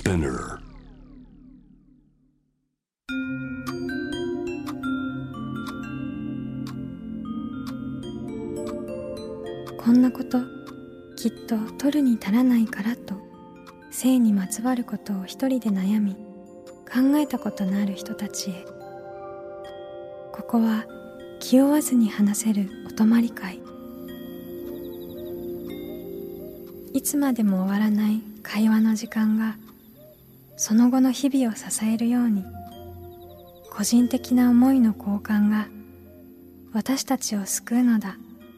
Spinner. こんなこときっと取るに足らないからと性にまつわることを一人で悩み考えたことのある人たちへ、ここは気負わずに話せるお泊まり会。いつまでも終わらない会話の時間がその後の日々を支えるように、個人的な思いの交換が私たちを救うのだ。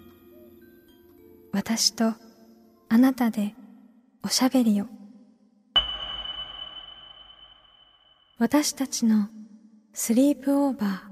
私とあなたでおしゃべりを。私たちのスリープオーバー。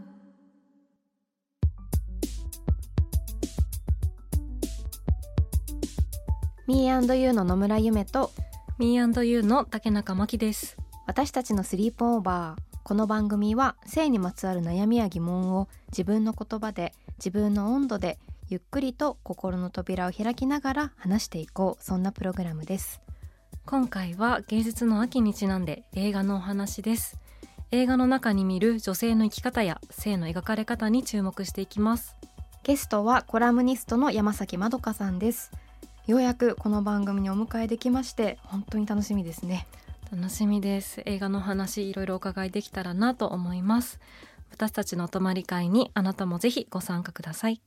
Me&You の野村ゆめと Me&You の竹中真希です。 私たちのスリープオーバー。この番組は性にまつわる悩みや疑問を自分の言葉で自分の温度でゆっくりと心の扉を開きながら話していこう、そんなプログラムです。 今回は芸術の秋にちなんで映画のお話です。映画の中に見る女性の生き方や性の描かれ方に注目していきます。 ゲストはコラムニストの山崎まどかさんです。ようやくこの番組にお迎えできまして本当に楽しみですね。 楽しみです。映画のお話いろいろお伺いできたらなと思います。私たちのお泊まり会にあなたもぜひご参加ください。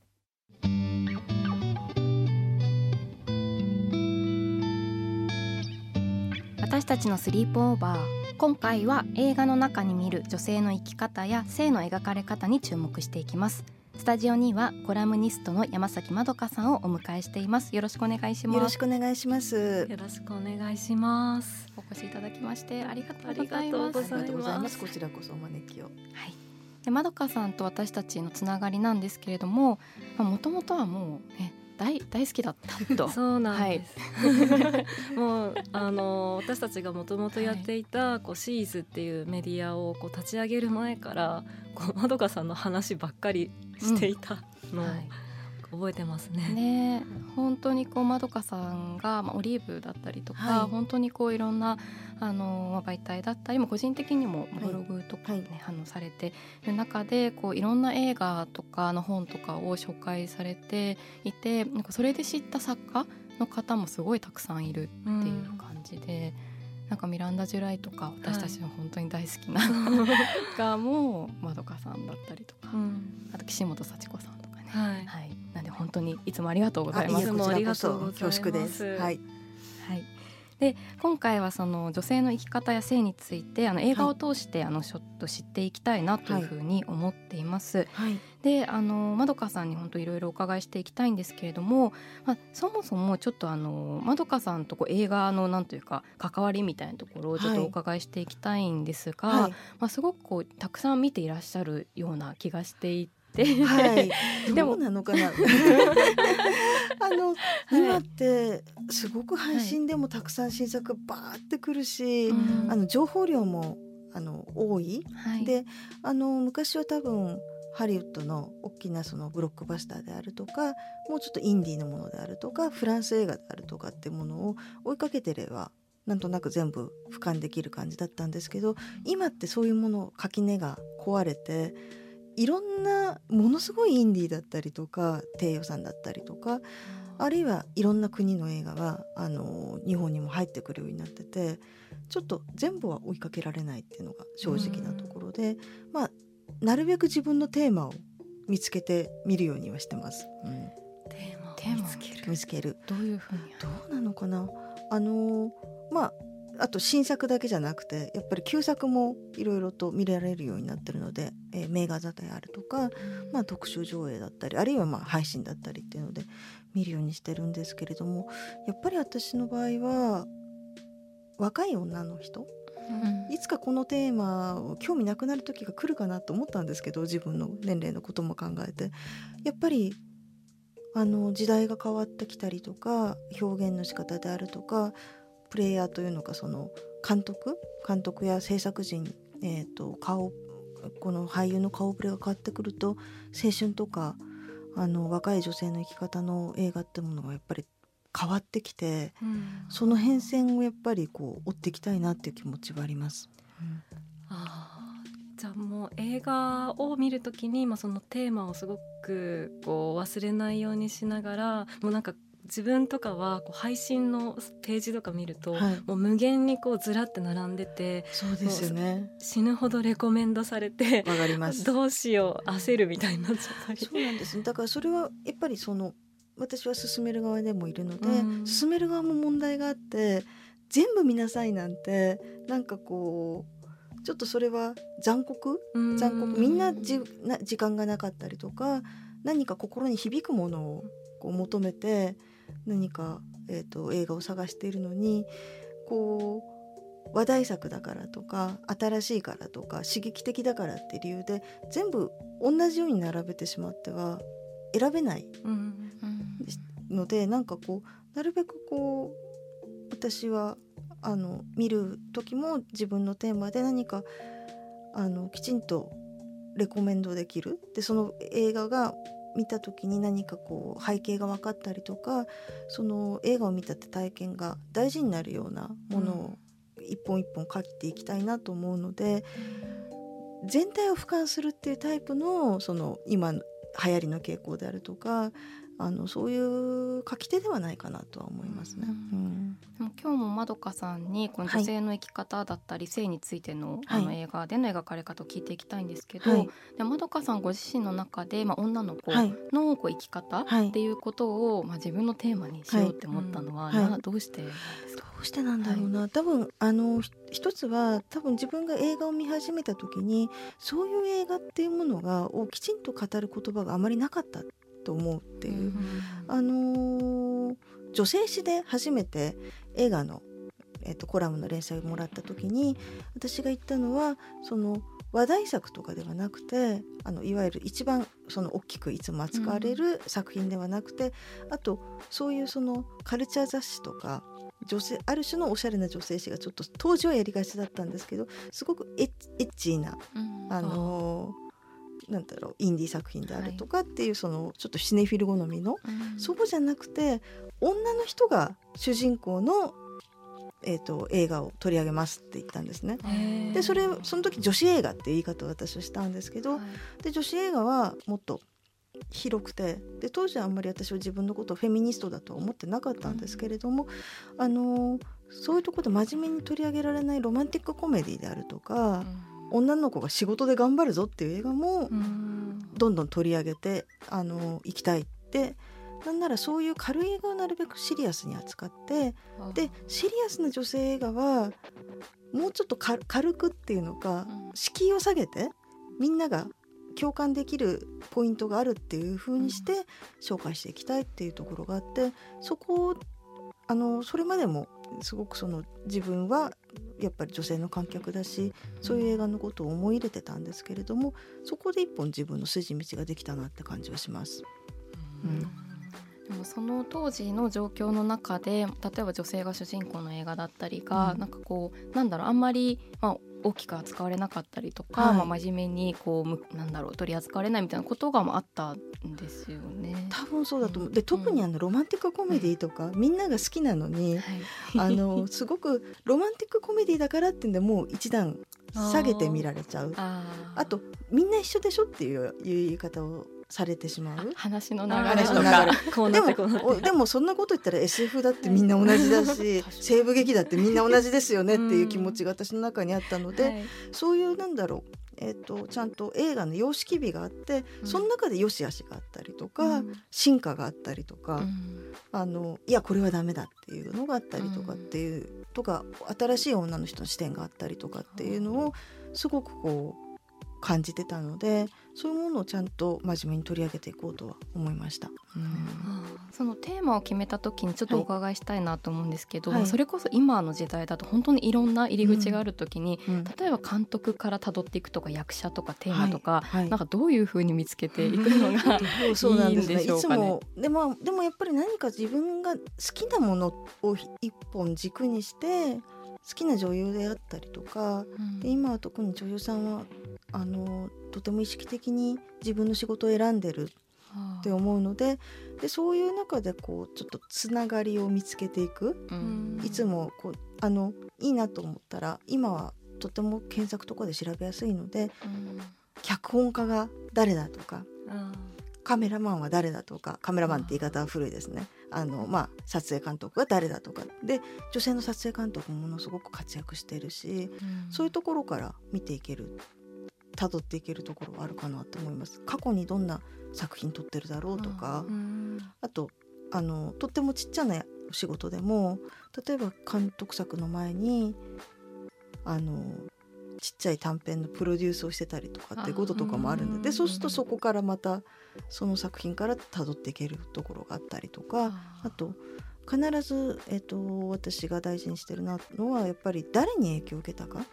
私たちのスリープオーバー。今回は映画の中に見る女性の生き方や性の描かれ方に注目していきます。スタジオにはコラムニストの山崎まどかさんをお迎えしています。よろしくお願いします。 よろしくお願いします。 よろしくお願いします。 お越しいただきましてありがとうございます。 ありがとうございます。こちらこそお招きを。 はい。でまどかさんと私たちのつながりなんですけれども、もともとはもうね大好きだったとそうなんです、はい、もう私たちがもともとやっていたこうシーズっていうメディアをこう立ち上げる前からこうまどかさんの話ばっかりしていたのを、覚えてますね。 ね、本当にこうまどかさんが、オリーブだったりとか、本当にこういろんな媒体だったりも個人的にもブログとかね、されている中でこういろんな映画とかの本とかを紹介されていて、なんかそれで知った作家の方もすごいたくさんいるっていう感じで、なんかミランダ・ジュライとか私たちの本当に大好きながもまどかさんだったりとか、あと岸本幸子さんとかね、なんで本当にいつもありがとうございます。 いつもありがとうございます。 恐縮です。はい。 で今回はその女性の生き方や性について映画を通してちょっと知っていきたいなというふうに思っています。でまどかさんに本当いろいろお伺いしていきたいんですけれども、そもそもちょっとまどかさんとこう映画のなんというか関わりみたいなところをちょっとお伺いしていきたいんですが、すごくこうたくさん見ていらっしゃるような気がしていてどうなのかな今ってすごく配信でもたくさん新作バーってくるし、情報量も多い、で昔は多分ハリウッドの大きなそのブロックバスターであるとか、もうちょっとインディーのものであるとかフランス映画であるとかってものを追いかけてればなんとなく全部俯瞰できる感じだったんですけど、今ってそういうもの垣根が壊れて、いろんなものすごいインディーだったりとか低予算だったりとか、あるいはいろんな国の映画が日本にも入ってくるようになってて、ちょっと全部は追いかけられないっていうのが正直なところで、なるべく自分のテーマを見つけて見るようにはしてます。 テーマを見つける。 どういうふうにどうなのかな。あと新作だけじゃなくてやっぱり旧作もいろいろと見られるようになってるので、名画座であるとか、特集上映だったりあるいは配信だったりっていうので見るようにしてるんですけれども、やっぱり私の場合は若い女の人、いつかこのテーマを興味なくなる時が来るかなと思ったんですけど、自分の年齢のことも考えてやっぱり時代が変わってきたりとか表現の仕方であるとかプレイヤーというのかその監督や制作陣、この俳優の顔ぶれが変わってくると青春とか若い女性の生き方の映画ってものがやっぱり変わってきて、その変遷をやっぱりこう追っていきたいなっていう気持ちはあります。 じゃあもう映画を見るときに、そのテーマをすごくこう忘れないようにしながら、もうなんか自分とかはこう配信のページとか見ると、もう無限にこうずらって並んでて、 そうですよね、 死ぬほどレコメンドされて、 わかりますどうしよう焦るみたいになっちゃったり。 そうなんです。だからそれはやっぱり私は進める側でもいるので、進める側も問題があって、全部見なさいなんてなんかこうちょっとそれは残酷みんな時間がなかったりとか、何か心に響くものをこう求めて何か、映画を探しているのに、こう話題作だからとか新しいからとか刺激的だからっていう理由で全部同じように並べてしまっては選べないので、なんかこうなるべくこう私は見る時も自分のテーマで何かきちんとレコメンドできる。でその映画が見た時に何かこう背景が分かったりとか、その映画を見たって体験が大事になるようなものを一本一本書いていきたいなと思うので、全体を俯瞰するっていうタイプの今の流行りの傾向であるとか、そういう書き手ではないかなとは思いますね。 でも今日もまどかさんにこの女性の生き方だったり、性についての、映画での描かれ方を聞いていきたいんですけど、でまどかさんご自身の中で、女の子のこう生き方っていうことを、自分のテーマにしようって思ったのは、どうしてですか？ どうしてなんだろうな。多分一つは自分が映画を見始めた時にそういう映画っていうものをきちんと語る言葉があまりなかったと思うっていう、女性誌で初めて映画の、コラムの連載をもらった時に私が言ったのは、話題作とかではなくて、いわゆる一番大きくいつも扱われる作品ではなくて、あとそういうカルチャー雑誌とかある種のおしゃれな女性誌がちょっと当時はやりがちだったんですけど、すごくエッチーな、なんだろう、インディー作品であるとかっていう、ちょっとシネフィル好みの、そうじゃなくて女の人が主人公の、映画を取り上げますって言ったんですね。でその時女子映画っていう言い方を私はしたんですけど、で女子映画はもっと広くて、で当時はあんまり私は自分のことをフェミニストだとは思ってなかったんですけれども、そういうところで真面目に取り上げられないロマンティックコメディであるとか、女の子が仕事で頑張るぞっていう映画もどんどん取り上げていきたいって、なんならそういう軽い映画をなるべくシリアスに扱って、でシリアスな女性映画はもうちょっと軽くっていうのか、敷居を下げてみんなが共感できるポイントがあるっていう風にして紹介していきたいっていうところがあって、そこをそれまでもすごく自分はやっぱり女性の観客だし、そういう映画のことを思い入れてたんですけれども、そこで一本自分の筋道ができたなって感じはします。 でもその当時の状況の中で、例えば女性が主人公の映画だったりが、なんかこうあんまり、大きく扱われなかったりとか、真面目に取り扱われないみたいなことがあったんですよね。 多分そうだと思う。で特にロマンティックコメディとか、みんなが好きなのに、すごくロマンティックコメディだからってんでもう一段下げて見られちゃう。あとみんな一緒でしょっていう言い方をされてしまう。 話の流れとかでもそんなこと言ったら SF だってみんな同じだし西部劇だってみんな同じですよねっていう気持ちが私の中にあったので、そういうちゃんと映画の様式美があって、その中で良し悪しがあったりとか、進化があったりとか、いやこれはダメだっていうのがあったりとかっていうとか、新しい女の人の視点があったりとかっていうのをすごくこう感じてたので、そういうものをちゃんと真面目に取り上げていこうとは思いました。 そのテーマを決めた時にちょっとお伺いしたいなと思うんですけど、それこそ今の時代だと本当にいろんな入り口がある時に、例えば監督から辿っていくとか、役者とかテーマとか、なんかどういう風に見つけていくのがいいんでしょうかね。 でもやっぱり何か自分が好きなものを一本軸にして、好きな女優であったりとか、で今は特に女優さんはとても意識的に自分の仕事を選んでるって思うので、そういう中でこうちょっとつながりを見つけていく、いつもこういいなと思ったら、今はとても検索とかで調べやすいので、脚本家が誰だとか、カメラマンは誰だとか、カメラマンって言い方は古いですね。撮影監督が誰だとかで、女性の撮影監督もものすごく活躍しているし、そういうところから見ていける、辿っていけるところはあるかなと思います。過去にどんな作品撮ってるだろうとか、あととってもちっちゃな仕事でも、例えば監督作の前にちっちゃい短編のプロデュースをしてたりとかっていうこととかもあるんで、そうするとそこからまたその作品から辿っていけるところがあったりとか、あと必ず、私が大事にしてるのはやっぱり誰に影響を受けたか。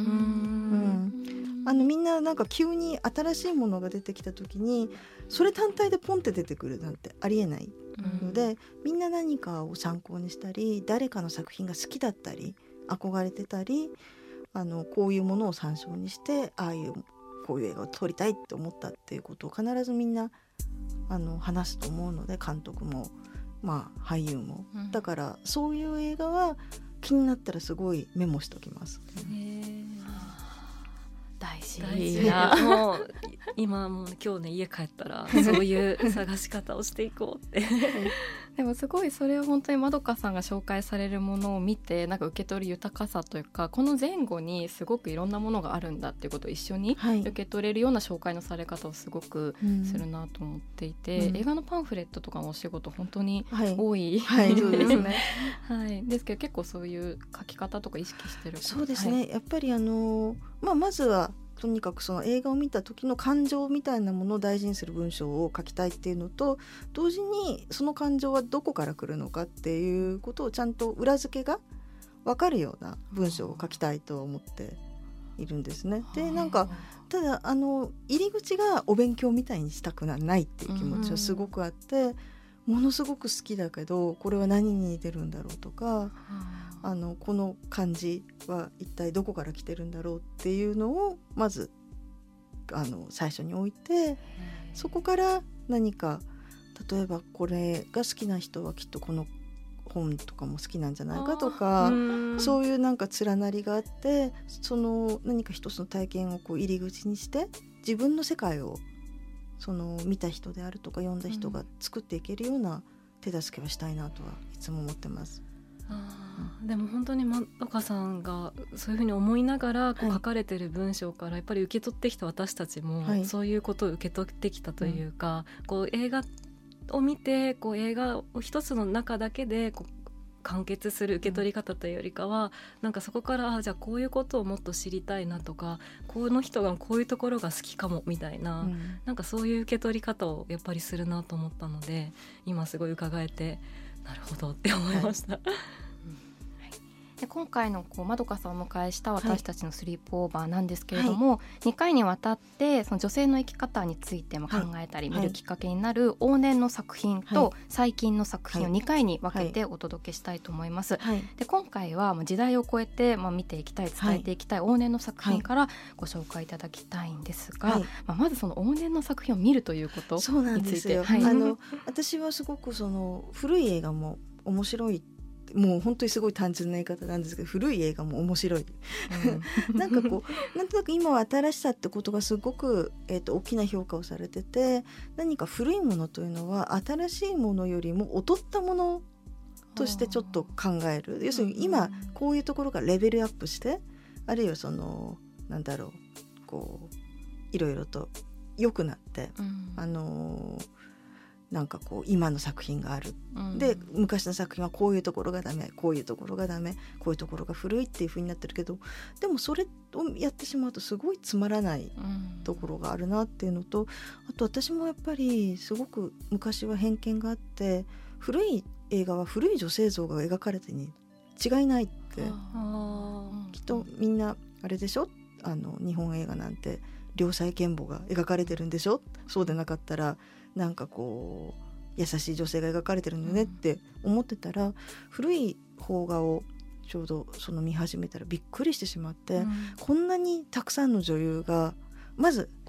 みんななんか急に新しいものが出てきた時にそれ単体でポンって出てくるなんてありえないので、みんな何かを参考にしたり、誰かの作品が好きだったり憧れてたり、こういうものを参照にしてこういう映画を撮りたいって思ったっていうことを必ずみんな話すと思うので、監督も俳優も、だからそういう映画は気になったらすごいメモしときます。 大事もう今もう今日ね、家帰ったらそういう探し方をしていこうってでもすごいそれは本当にまどかさんが紹介されるものを見て、なんか受け取る豊かさというか、この前後にすごくいろんなものがあるんだっていうことを一緒に受け取れるような紹介のされ方をすごくするなと思っていて、映画のパンフレットとかのお仕事本当に多い、 そうですねですけど結構そういう書き方とか意識してる。 そうですね、やっぱりまずはとにかくその映画を見た時の感情みたいなものを大事にする文章を書きたいっていうのと、同時にその感情はどこから来るのかっていうことをちゃんと裏付けが分かるような文章を書きたいと思っているんですね。でなんかただ入り口がお勉強みたいにしたくないっていう気持ちはすごくあって、ものすごく好きだけどこれは何に似てるんだろうとか、この漢字は一体どこから来てるんだろうっていうのをまず最初に置いて、そこから何か例えばこれが好きな人はきっとこの本とかも好きなんじゃないかとか、そういうなんか連なりがあって、その何か一つの体験をこう入り口にして自分の世界をその見た人であるとか読んだ人が作っていけるような手助けをしたいなとはいつも思ってます。 でも本当にまどかさんがそういうふうに思いながらこう書かれてる文章からやっぱり受け取ってきた私たちもそういうことを受け取ってきたというか、こう映画を見てこう映画を一つの中だけでこう完結する受け取り方というよりかは、なんかそこからじゃあこういうことをもっと知りたいなとか、この人がこういうところが好きかもみたいな、なんかそういう受け取り方をやっぱりするなと思ったので、今すごい伺えてなるほどって思いました。 で今回のまどかさんをお迎えした私たちのスリープオーバーなんですけれども、2回にわたってその女性の生き方についても考えたり見るきっかけになる往年の作品と最近の作品を2回に分けてお届けしたいと思います。で今回は時代を超えて見ていきたい、伝えていきたい往年の作品からご紹介いただきたいんですが、まずその往年の作品を見るということについて。 そうなんですよ、私はすごくその古い映画も面白い、もう本当にすごい単純な言い方なんですけど、古い映画も面白い、なんかこうなんとなく今は新しさってことがすごく、大きな評価をされてて、何か古いものというのは新しいものよりも劣ったものとしてちょっと考える。要するに今こういうところがレベルアップして、あるいはそのなんだろう、こういろいろと良くなって、なんかこう今の作品がある、で昔の作品はこういうところがダメ、こういうところがダメ、こういうところが古いっていう風になってるけど、でもそれをやってしまうとすごいつまらないところがあるなっていうのと、あと私もやっぱりすごく昔は偏見があって、古い映画は古い女性像が描かれてに違いないって、きっとみんなあれでしょ、日本映画なんて良妻賢母が描かれてるんでしょ、そうでなかったらなんかこう優しい女性が描かれてるのねって思ってたら、古い邦画をちょうど見始めたらびっくりしてしまって、こんなにたくさんの女優がまず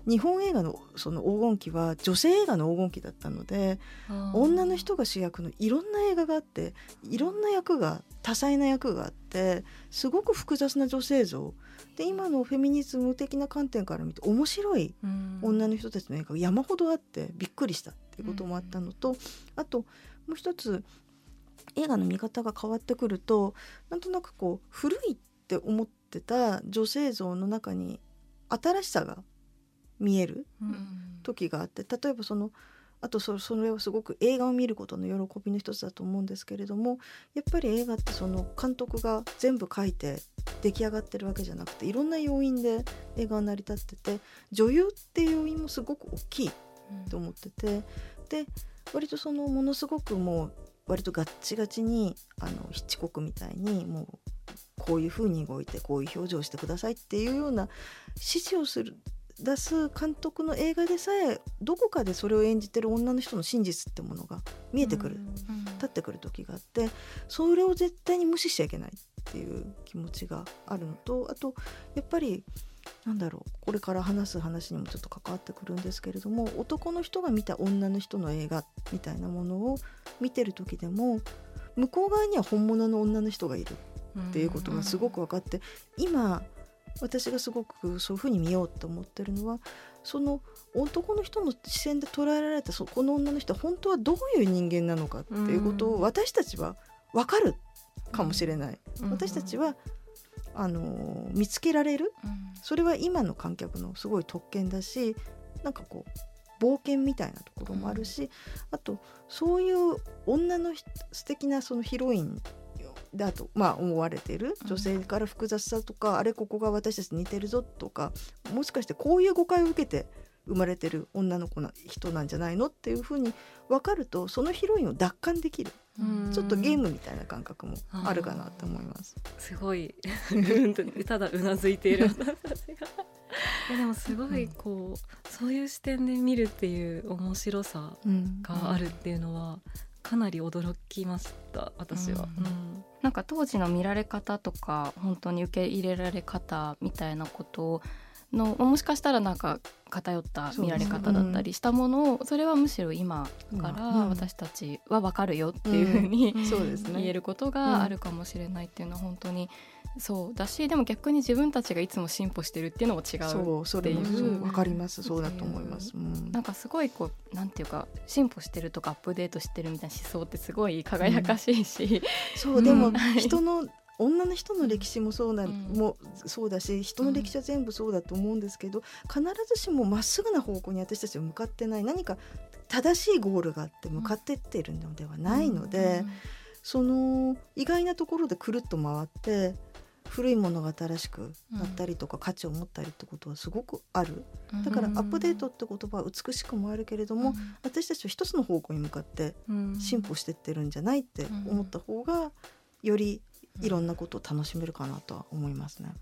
日本映画のその黄金期は女性映画の黄金期だったので、女の人が主役のいろんな映画があって、いろんな役が多彩な役があって、すごく複雑な女性像で、今のフェミニズム的な観点から見て面白い女の人たちの映画が山ほどあってびっくりしたっていうこともあったのと、あともう一つ映画の見方が変わってくると、なんとなくこう古いって思ってた女性像の中に新しさが見える時があって、例えばあとそれはすごく映画を見ることの喜びの一つだと思うんですけれども、やっぱり映画ってその監督が全部書いて出来上がってるわけじゃなくて、いろんな要因で映画は成り立ってて、女優っていう要因もすごく大きいと思ってて、で割とものすごくもう割とガッチガチにヒッチコックみたいにもうこういう風に動いてこういう表情をしてくださいっていうような指示を出す監督の映画でさえ、どこかでそれを演じてる女の人の真実ってものが見えてくる、立ってくる時があって、それを絶対に無視しちゃいけないっていう気持ちがあるのと、あとやっぱりこれから話す話にもちょっと関わってくるんですけれども、男の人が見た女の人の映画みたいなものを見てる時でも、向こう側には本物の女の人がいるっていうことがすごく分かって、今私がすごくそういうふうに見ようと思ってるのは、その男の人の視線で捉えられたこの女の人は本当はどういう人間なのかっていうことを私たちは分かるかもしれない、私たちは見つけられる、それは今の観客のすごい特権だし、なんかこう冒険みたいなところもあるし、あとそういう女の素敵なそのヒロインだと思われている女性から複雑さとか、あれここが私たちに似てるぞとか、もしかしてこういう誤解を受けて生まれてる女の子の人なんじゃないのっていうふうに分かると、そのヒロインを奪還できる、ちょっとゲームみたいな感覚もあるかなと思います。 すごいただうなずいている私たちがでもすごいそういう視点で見るっていう面白さがあるっていうのはかなり驚きました私は、 なんか当時の見られ方とか本当に受け入れられ方みたいなことのもしかしたらなんか偏った見られ方だったりしたものを、それはむしろ今から私たちは分かるよっていうふうに言えることがあるかもしれないっていうのは本当にそうだし、でも逆に自分たちがいつも進歩してるっていうのも違うっていう。 分かります。そうだと思います、 なんかすごいなんていうか進歩してるとかアップデートしてるみたいな思想ってすごい輝かしいし、 そうでも女の人の歴史もそうだし、人の歴史は全部そうだと思うんですけど、必ずしもまっすぐな方向に私たちは向かってない、何か正しいゴールがあって向かっていっているのではないので、その意外なところでくるっと回って古いものが新しくなったりとか、価値を持ったりってことはすごくある。だからアップデートって言葉は美しくもあるけれども、私たちは一つの方向に向かって進歩していってるんじゃないって思った方がよりいろんなことを楽しめるかなとは思いますね。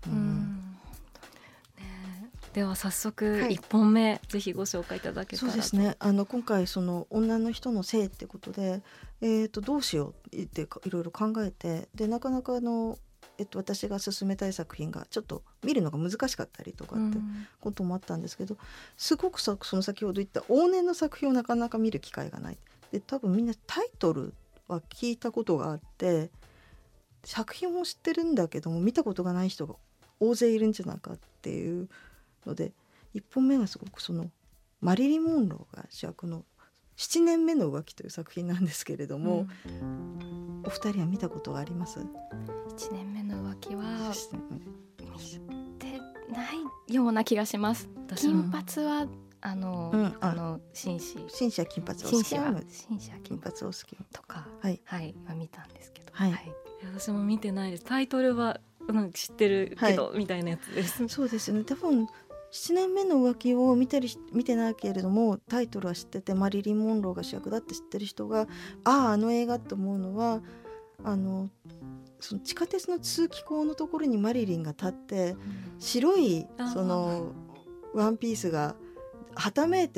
では早速1本目、ぜひご紹介いただけたらと。 そうですね、今回女の人の性ってことで、どうしようっていろいろ考えて、でなかなか私が進めたい作品がちょっと見るのが難しかったりとかってこともあったんですけど、すごくその先ほど言った往年の作品をなかなか見る機会がない。で多分みんなタイトルは聞いたことがあって作品も知ってるんだけども見たことがない人が大勢いるんじゃないかっていうので、1本目がすごくマリリン・モンローが主役の7年目の浮気という作品なんですけれども、お二人は見たことがあります ？1年目の浮気は見てないような気がします。金髪は紳士は金髪を好きなの金髪を好きとか見たんですけど、 私も見てないです。タイトルは知ってるけど、みたいなやつです。 そうですよね。多分7年目の浮気を見てないけれどもタイトルは知ってて、マリリン・モンローが主役だって知ってる人があの映画って思うのは、その地下鉄の通気口のところにマリリンが立って、白いワンピースがはためいて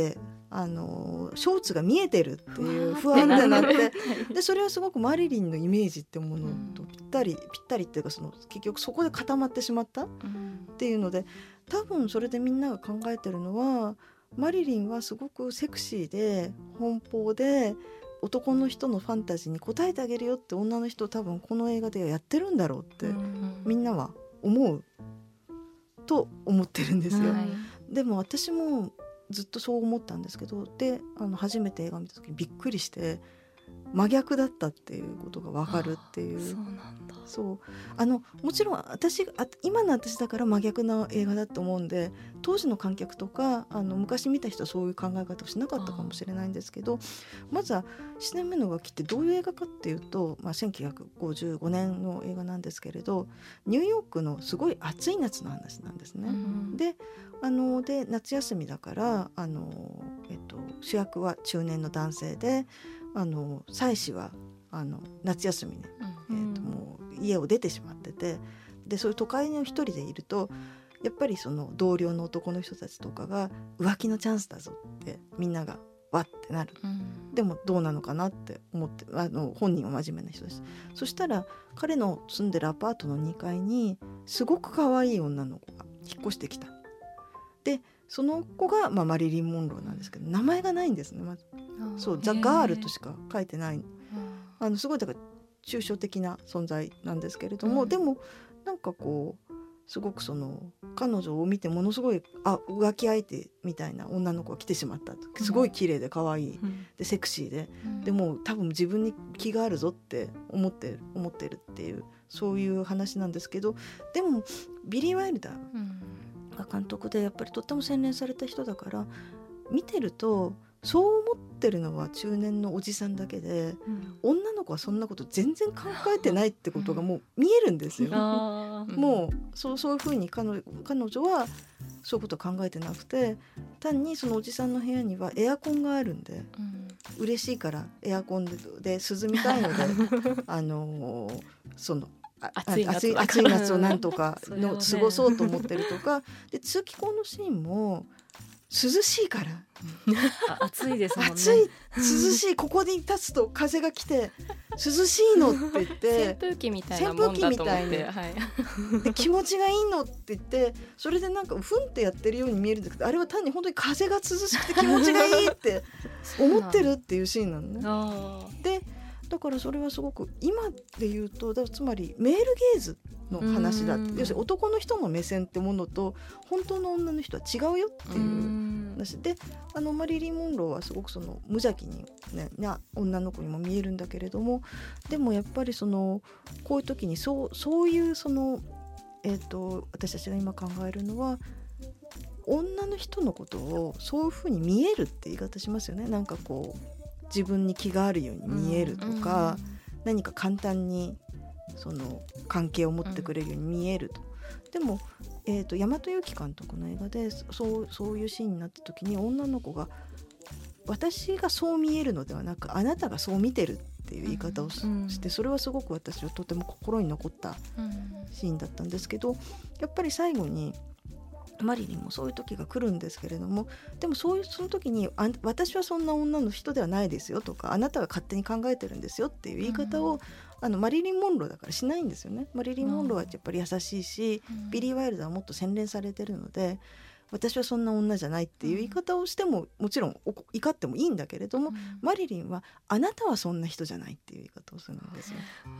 ショーツが見えてるっていう不安定になってでそれはすごくマリリンのイメージってものとぴったりっていうか結局そこで固まってしまったっていうので、多分それでみんなが考えてるのはマリリンはすごくセクシーで奔放で男の人のファンタジーに応えてあげるよって女の人多分この映画でやってるんだろうってみんなは思うと思ってるんですよ、でも私もずっとそう思ったんですけど、で初めて映画を見た時にびっくりして真逆だったっていうことが分かるっていう。 そうなんだ。 そうもちろん今の私だから真逆な映画だと思うんで、当時の観客とか昔見た人はそういう考え方をしなかったかもしれないんですけど、まずは7年目の浮気ってどういう映画かっていうと、1955年の映画なんですけれど、ニューヨークのすごい暑い夏の話なんですね、で夏休みだから主役は中年の男性で妻子は夏休みね、もう家を出てしまってて、でそういう都会の一人でいるとやっぱりその同僚の男の人たちとかが浮気のチャンスだぞってみんながわってなる、でもどうなのかなって思って本人は真面目な人です。そしたら彼の住んでるアパートの2階にすごく可愛い女の子が引っ越してきた。でその子が、マリリン・モンローなんですけど名前がないんですね、まず。そうザ・ガールとしか書いてない、すごいだから抽象的な存在なんですけれども、でもなんかこうすごく彼女を見てものすごい浮気相手みたいな女の子が来てしまった。すごい綺麗で可愛い、でセクシーで、でも多分自分に気があるぞって思ってるっていうそういう話なんですけど、でもビリー・ワイルダーが監督でやっぱりとっても洗練された人だから見てるとそう思ってるのは中年のおじさんだけで、女の子はそんなこと全然考えてないってことがもう見えるんですよもうそういうふうに彼女はそういうことを考えてなくて、単にそのおじさんの部屋にはエアコンがあるんで、嬉しいからエアコンで涼みたいので暑い夏をなんとか過ごそうと思ってるとかで、通気口のシーンも涼しいから暑いですもんね。 涼しい、ここに立つと風が来て涼しいのって言って扇風機みたいなもんだと思って、 で気持ちがいいのって言って、それでなんかふんってやってるように見えるんだけど、あれは単に本当に風が涼しくて気持ちがいいって思ってるっていうシーンなのね。でだからそれはすごく今で言うとつまりメールゲーズの話だって、要するに男の人の目線ってものと本当の女の人は違うよっていう話で、マリリン・モンローはすごく無邪気に、な女の子にも見えるんだけれども、でもやっぱりこういう時にそういう私たちが今考えるのは女の人のことをそういうふうに見えるって言い方しますよね。なんかこう自分に気があるように見えるとか、何か簡単に関係を持ってくれるように見えると。でも、大和由紀監督の映画でそういうシーンになった時に女の子が私がそう見えるのではなくあなたがそう見てるっていう言い方をして、それはすごく私はとても心に残ったシーンだったんですけど、やっぱり最後にマリリンもそういう時が来るんですけれども、でもその時に私はそんな女の人ではないですよとか、あなたが勝手に考えてるんですよっていう言い方を、マリリン・モンローだからしないんですよね。マリリン・モンローはやっぱり優しいし、ビリー・ワイルダーはもっと洗練されてるので、私はそんな女じゃないっていう言い方をしてももちろん怒ってもいいんだけれども、マリリンはあなたはそんな人じゃないっていう言い方をするんですよ。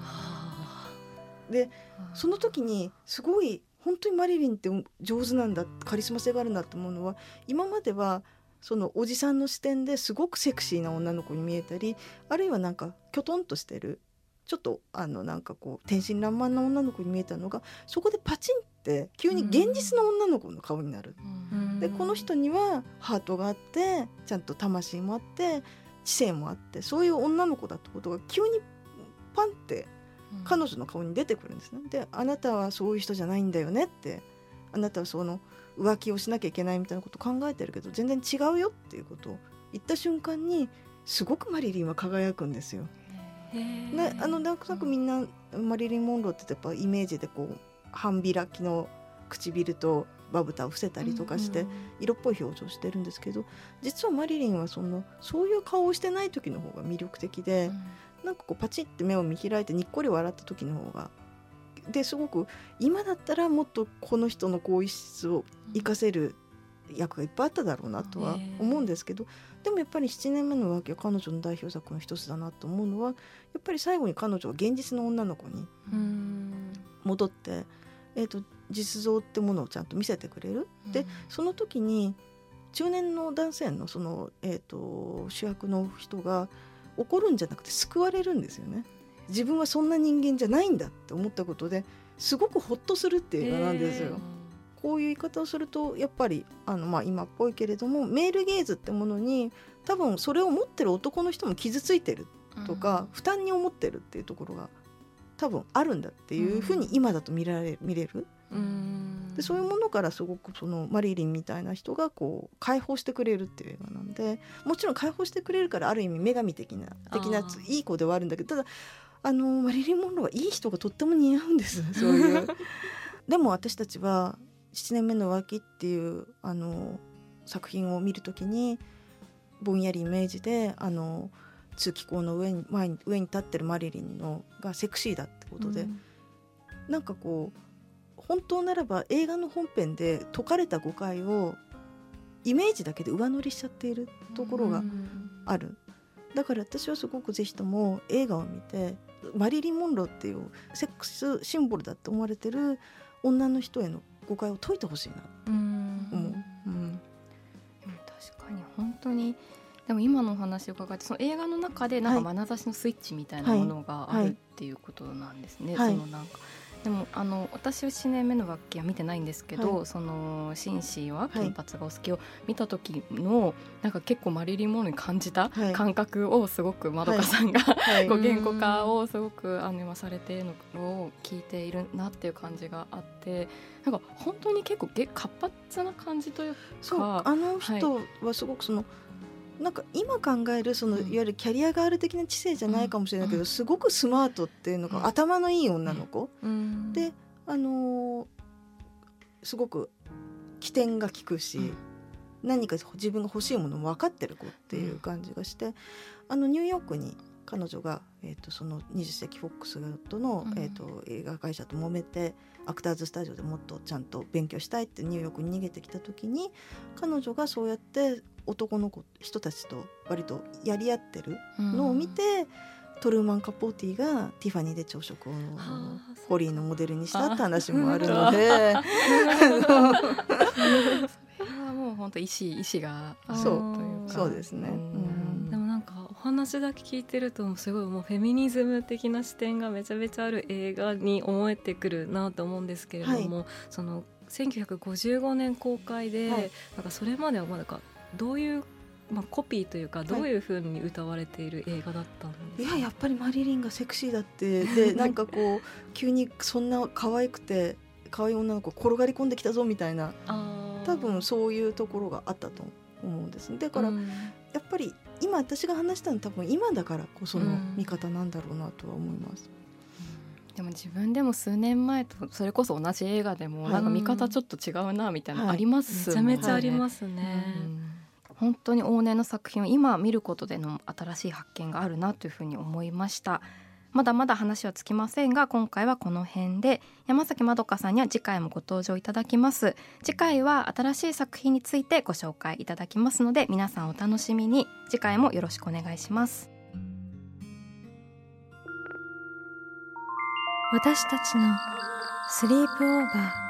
でその時にすごい本当にマリリンって上手なんだ、カリスマ性があるなと思うのは、今まではおじさんの視点ですごくセクシーな女の子に見えたり、あるいはなんかきょとんとしてるちょっとなんかこう天真爛漫な女の子に見えたのが、そこでパチンって急に現実の女の子の顔になる。でこの人にはハートがあってちゃんと魂もあって知性もあって、そういう女の子だってことが急にパンって彼女の顔に出てくるんですね。であなたはそういう人じゃないんだよねって、あなたは浮気をしなきゃいけないみたいなことを考えてるけど全然違うよっていうことを言った瞬間にすごくマリリンは輝くんですよ。なんとなくみんなマリリン・モンローってやっぱイメージでこう半開きの唇とまぶたを伏せたりとかして色っぽい表情してるんですけど、実はマリリンはそういう顔をしてない時の方が魅力的で、なんかこうパチッて目を見開いてにっこり笑った時の方がですごく今だったらもっとこの人の更衣室を活かせる役がいっぱいあっただろうなとは思うんですけど、でもやっぱり7年目の浮気は彼女の代表作の一つだなと思うのは、やっぱり最後に彼女は現実の女の子に戻って、実像ってものをちゃんと見せてくれる。でその時に中年の男性の主役の人が怒るんじゃなくて救われるんですよね。自分はそんな人間じゃないんだって思ったことですごくホッとするっていう映画なんですよ。こういう言い方をするとやっぱり今っぽいけれども、メールゲーズってものに多分それを持ってる男の人も傷ついてるとか、負担に思ってるっていうところが多分あるんだっていうふうに今だと見れる。でそういうものからすごくマリリンみたいな人がこう解放してくれるっていう映画なんで、もちろん解放してくれるからある意味女神的ないい子ではあるんだけど、ただマリリン・モンローはいい人がとっても似合うんですそういうでも私たちは7年目の浮気っていう作品を見るときにぼんやりイメージで通気口の上に立ってるマリリンがセクシーだってことで、なんかこう本当ならば映画の本編で解かれた誤解をイメージだけで上乗りしちゃっているところがある。だから私はすごくぜひとも映画を見てマリリン・モンローっていうセックスシンボルだって思われてる女の人への誤解を解いてほしいなと思う。 確かに本当にでも今のお話を伺ってその映画の中でなんか眼差しのスイッチみたいなものがあるっていうことなんですね。なんかでも私は7年目の浮気は見てないんですけど、そのシンシーは金髪がお好きを見た時のなんか結構マリリン・モンローに感じた感覚をすごくまどかさんが言語化をすごく今されているのを聞いているなっていう感じがあって、なんか本当に結構活発な感じというか、 そう人はすごくなんか今考えるいわゆるキャリアガール的な知性じゃないかもしれないけど、すごくスマートっていうのが頭のいい女の子、ですごく起点が利くし、何か自分が欲しいものも分かってる子っていう感じがして、ニューヨークに彼女が、その20世紀フォックスとの、映画会社と揉めてアクターズスタジオでもっとちゃんと勉強したいってニューヨークに逃げてきた時に、彼女がそうやって男の人たちと割とやり合ってるのを見て、トルーマン・カポーティがティファニーで朝食をホリーのモデルにしたって話もあるのでそれはもう本当意志があるというか。 そうですね。 でもなんかお話だけ聞いてるとすごいもうフェミニズム的な視点がめちゃめちゃある映画に思えてくるなと思うんですけれども、その1955年公開で、なんかそれまではまだかどういう、コピーというかどういう風に歌われている映画だったんですか？ やっぱりマリリンがセクシーだってでなんかこう急にそんな可愛い女の子転がり込んできたぞみたいな、多分そういうところがあったと思うんです。だから、やっぱり今私が話したの多分今だからこその見方なんだろうなとは思います。 でも自分でも数年前とそれこそ同じ映画でもなんか見方ちょっと違うなみたいなのありますもんね。めちゃめちゃありますね。 本当に往年の作品を今見ることでの新しい発見があるなというふうに思いました。まだまだ話はつきませんが、今回はこの辺で。山崎まどかさんには次回もご登場いただきます。次回は新しい作品についてご紹介いただきますので、皆さんお楽しみに。次回もよろしくお願いします。 私たちのスリープオーバー。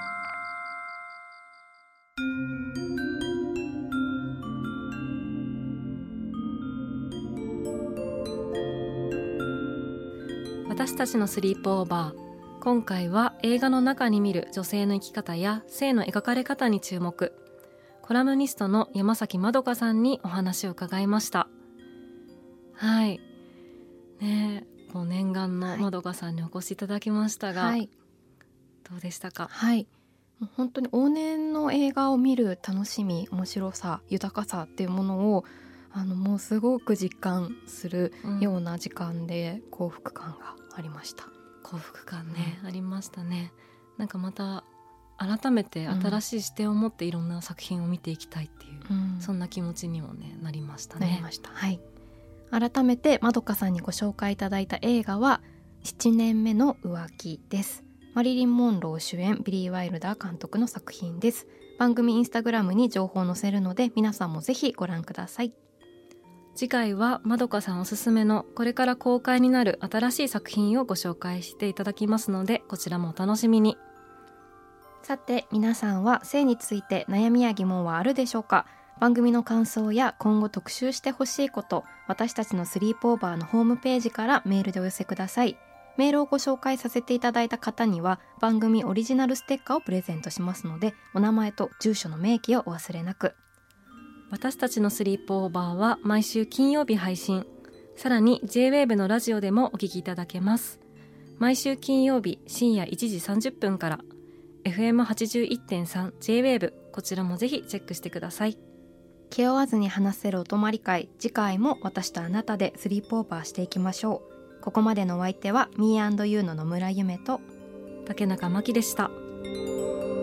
私たちのスリープオーバー、今回は映画の中に見る女性の生き方や性の描かれ方に注目。コラムニストの山崎まどかさんにお話を伺いました。はいね、念願のまどかさんにお越しいただきましたが、どうでしたか？ もう本当に往年の映画を見る楽しみ、面白さ、豊かさっていうものをもうすごく実感するような時間で幸福感がありました。 幸福感ね、ありましたね。なんかまた改めて新しい視点を持っていろんな作品を見ていきたいっていう、そんな気持ちにもねなりましたね。 なりました、はい、改めてまどかさんにご紹介いただいた映画は7年目の浮気です。マリリン・モンロー主演、ビリー・ワイルダー監督の作品です。番組インスタグラムに情報を載せるので皆さんもぜひご覧ください。 次回はまどかさんおすすめのこれから公開になる新しい作品をご紹介していただきますので、こちらもお楽しみに。 さて皆さんは性について悩みや疑問はあるでしょうか。番組の感想や今後特集してほしいこと、私たちのスリープオーバーのホームページからメールでお寄せください。メールをご紹介させていただいた方には番組オリジナルステッカーをプレゼントしますので、お名前と住所の明記をお忘れなく。 私たちのスリープオーバーは毎週金曜日配信、さらに J-WAVE のラジオでもお聞きいただけます。毎週金曜日深夜1時30分から FM81.3 J-WAVE、 こちらもぜひチェックしてください。 気負わずに話せるお泊まり会、次回も私とあなたでスリープオーバーしていきましょう。ここまでのお相手は Me&You の野村ゆめと竹中真希でした。